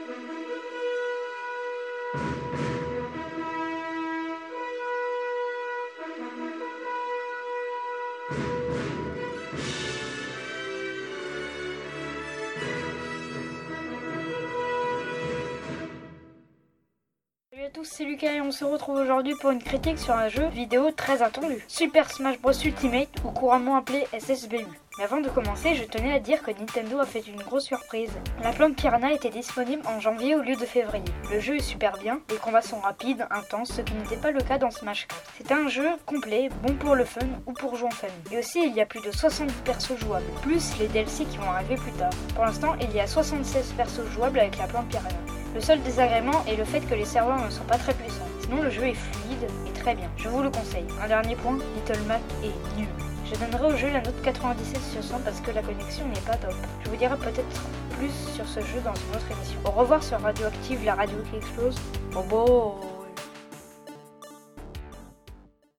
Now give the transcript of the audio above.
Salut à tous, c'est Lucas et on se retrouve aujourd'hui pour une critique sur un jeu vidéo très attendu, Super Smash Bros Ultimate ou couramment appelé SSBU. Mais avant de commencer, je tenais à dire que Nintendo a fait une grosse surprise. La plante Piranha était disponible en janvier au lieu de février. Le jeu est super bien, les combats sont rapides, intenses, ce qui n'était pas le cas dans Smash 4. C'est un jeu complet, bon pour le fun ou pour jouer en famille. Et aussi il y a plus de 70 persos jouables, plus les DLC qui vont arriver plus tard. Pour l'instant, il y a 76 persos jouables avec la plante Piranha. Le seul désagrément est le fait que les serveurs ne sont pas très puissants. Sinon le jeu est fluide et très bien. Je vous le conseille. Un dernier point, Little Mac est nul. Je donnerai au jeu la note 97 sur 100 parce que la connexion n'est pas top. Je vous dirai peut-être plus sur ce jeu dans une autre émission. Au revoir sur Radioactive, la radio qui explose. Bobo.